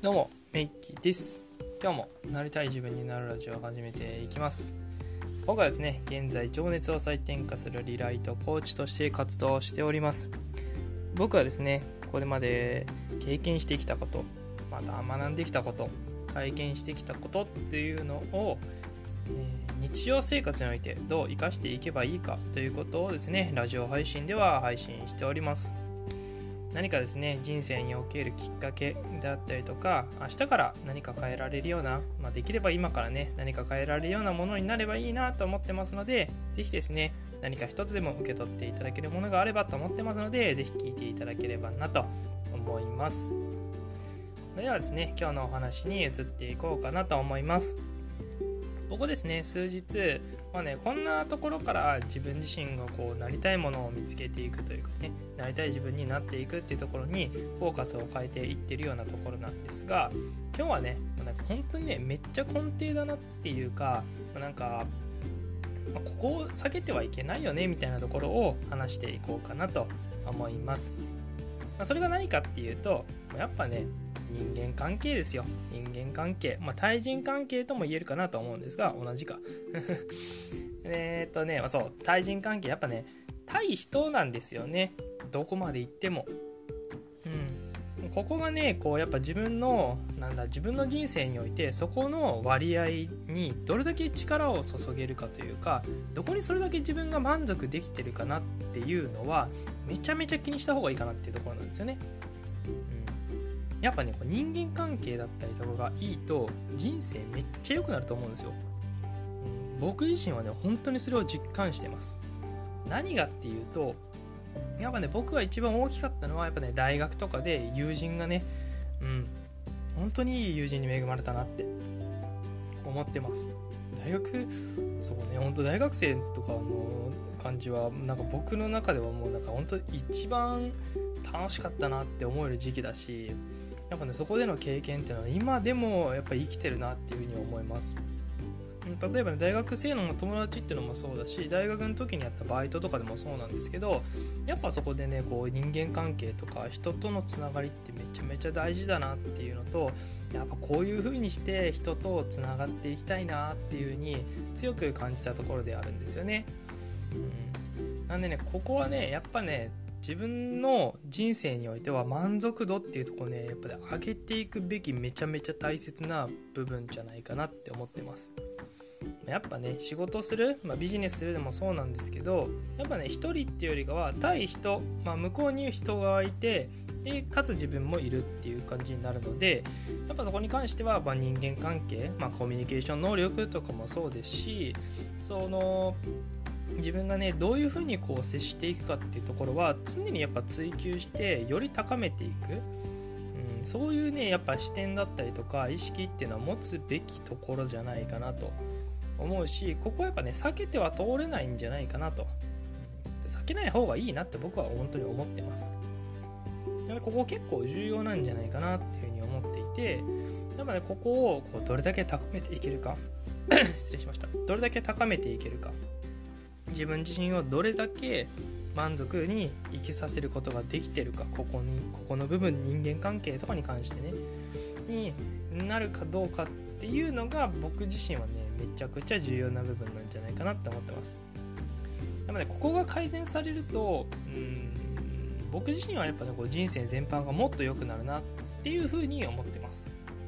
どうもメイキーです。今日もなりたい自分になるラジオを始めていきます。僕はですね、現在情熱を再転化するリライトコーチとして活動しております。僕はですね、これまで経験してきたこと、また学んできたこと、体験してきたことっていうのを、日常生活においてどう生かしていけばいいかということをですね、ラジオ配信では配信しております。何かですね、人生におけるきっかけであったりとか、明日から何か変えられるような、できれば今からね、何か変えられるようなものになればいいなと思ってますので、ぜひですね、何か一つでも受け取っていただけるものがあればと思ってますので、ぜひ聞いていただければなと思います。ではですね、今日のお話に移っていこうかなと思います。ここですね、数日、こんなところから自分自身がなりたいものを見つけていくというかね、なりたい自分になっていくっていうところにフォーカスを変えていってるようなところなんですが、今日はね、本当にね、めっちゃ根底だなっていうか、ここを避けてはいけないよねみたいなところを話していこうかなと思います。それが何かっていうと、やっぱね、人間関係ですよ。人間関係、対人関係とも言えるかなと思うんですが、同じかそう対人関係、やっぱね、対人なんですよね。どこまで行っても、ここがね、やっぱ自分の人生において、そこの割合にどれだけ力を注げるかというか、どこにそれだけ自分が満足できてるかなっていうのはめちゃめちゃ気にした方がいいかなっていうところなんですよね。やっぱね、人間関係だったりとかがいいと人生めっちゃ良くなると思うんですよ。僕自身はね、本当にそれを実感してます。何がっていうと、やっぱね、僕が一番大きかったのはやっぱね、大学とかで友人がね、本当にいい友人に恵まれたなって思ってます。大学、そうね、本当大学生とかの感じは僕の中ではもう本当一番楽しかったなって思える時期だし、やっぱね、そこでの経験っていうのは今でもやっぱり生きてるなっていうふうに思います。例えばね、大学生の友達っていうのもそうだし、大学の時にやったバイトとかでもそうなんですけど、やっぱそこでね、人間関係とか人とのつながりってめちゃめちゃ大事だなっていうのと、やっぱこういう風にして人とつながっていきたいなっていう風に強く感じたところであるんですよね。なんでね、ここはね、やっぱね、自分の人生においては満足度っていうところね、やっぱり上げていくべきめちゃめちゃ大切な部分じゃないかなって思ってます。やっぱね、仕事する、ビジネスするでもそうなんですけど、やっぱね、一人っていうよりかは対人、向こうに人がいて、でかつ自分もいるっていう感じになるので、やっぱそこに関しては、人間関係、コミュニケーション能力とかもそうですし、自分がね、どういうふうに接していくかっていうところは常にやっぱ追求してより高めていく、そういうね、やっぱ視点だったりとか意識っていうのは持つべきところじゃないかなと思うし、ここはやっぱね、避けては通れないんじゃないかなと、避けない方がいいなって僕は本当に思ってます。ここ結構重要なんじゃないかなっていうふうに思っていて、やっぱね、ここをどれだけ高めていけるか失礼しました。どれだけ高めていけるか、自分自身をどれだけ満足に生きさせることができてるか、ここの部分、人間関係とかに関してねになるかどうかっていうのが、僕自身はね、めちゃくちゃ重要な部分なんじゃないかなって思ってます。でもね、ここが改善されると、僕自身はやっぱね、人生全般がもっと良くなるなっていうふうに思ってます。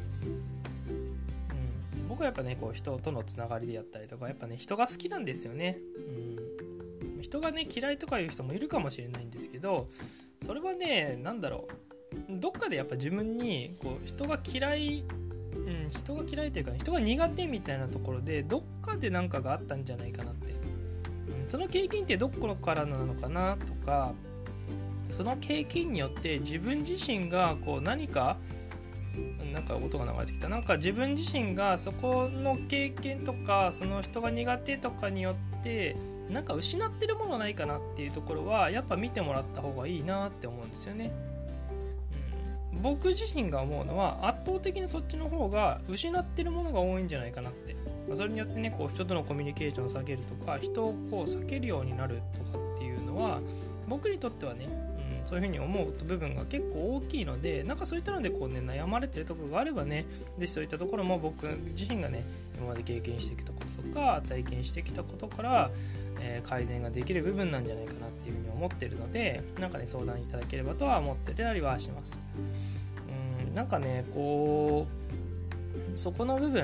僕はやっぱね、人とのつながりであったりとか、やっぱね、人が好きなんですよね。人がね、嫌いとかいう人もいるかもしれないんですけど、それはね、どっかでやっぱ自分に人が嫌いというか、人が苦手みたいなところでどっかで何かがあったんじゃないかなって、その経験ってどこからなのかなとか、その経験によって自分自身が何か音が流れてきた、自分自身がそこの経験とか、その人が苦手とかによって失ってるものないかなっていうところはやっぱ見てもらった方がいいなって思うんですよね。僕自身が思うのは、圧倒的にそっちの方が失ってるものが多いんじゃないかなって。それによってね、人とのコミュニケーションを下げるとか、人を避けるようになるとかっていうのは、僕にとってはね、 そういうふうに思う部分が結構大きいので、なんかそういったのでこうね悩まれてるところがあればね、ぜひそういったところも僕自身がね今まで経験してきたこととか体験してきたことから、改善ができる部分なんじゃないかなっていうふうに思ってるので、なんかね相談いただければとは思ってたりはします。なんかねこうそこの部分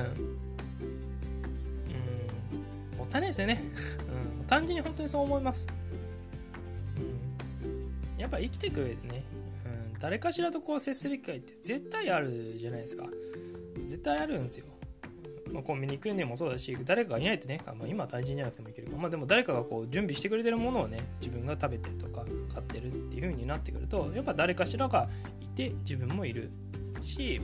もったいないですよね、単純に本当にそう思います。やっぱ生きていく上でね、誰かしらとこう接する機会って絶対あるじゃないですか。絶対あるんですよ。コンビニ行くんでもそうだし、誰かがいないとね、今は対人じゃなくてもいけるか、でも誰かがこう準備してくれてるものをね自分が食べてるとか買ってるっていう風になってくると、やっぱ誰かしらがいて自分もいるし、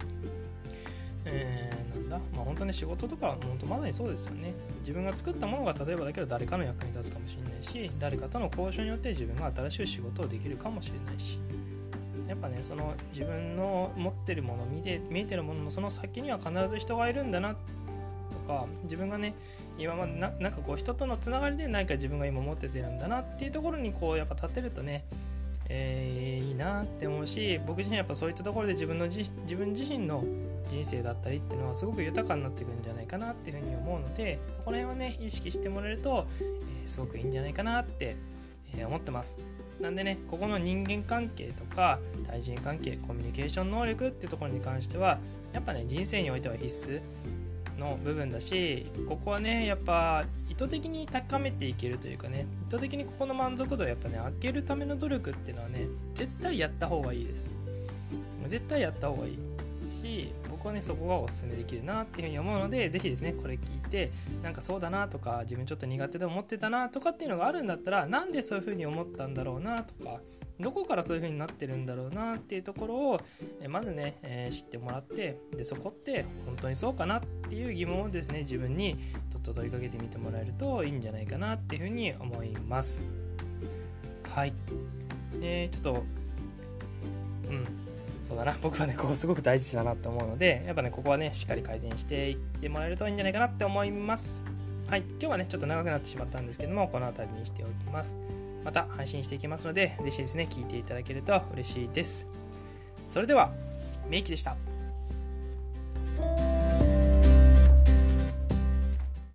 本当に仕事とかは本当まさにそうですよね。自分が作ったものが例えばだけど誰かの役に立つかもしれないし、誰かとの交渉によって自分が新しい仕事をできるかもしれないし、やっぱねその自分の持ってるもの見えてるもののその先には必ず人がいるんだなとか、自分がね今までなんかこう人とのつながりで何か自分が今持っててるんだなっていうところにこうやっぱ立てるとね、いいなって思うし、僕自身やっぱそういったところで自分自身の人生だったりっていうのはすごく豊かになってくるんじゃないかなっていうふうに思うので、そこら辺はね意識してもらえると、すごくいいんじゃないかなって、思ってます。なんでねここの人間関係とか対人関係、コミュニケーション能力っていうところに関してはやっぱね人生においては必須の部分だし、ここはねやっぱ意図的に高めていけるというかね、意図的にここの満足度をやっぱね上げるための努力っていうのはね絶対やった方がいいです。絶対やった方がいいし、僕はねそこがおすすめできるなっていうふうに思うので、ぜひですねこれ聞いてなんかそうだなとか、自分ちょっと苦手で思ってたなとかっていうのがあるんだったら、なんでそういうふうに思ったんだろうなとか、どこからそういう風になってるんだろうなっていうところをまずね、知ってもらって、でそこって本当にそうかなっていう疑問をですね自分に問いかけてみてもらえるといいんじゃないかなっていう風に思います。はい。でちょっとそうだな、僕はねここすごく大事だなと思うので、やっぱねここはねしっかり改善していってもらえるといいんじゃないかなって思います。はい。今日はねちょっと長くなってしまったんですけども、この辺りにしておきます。また配信していきますので、ぜひですね聞いていただけると嬉しいです。それではメイキでした。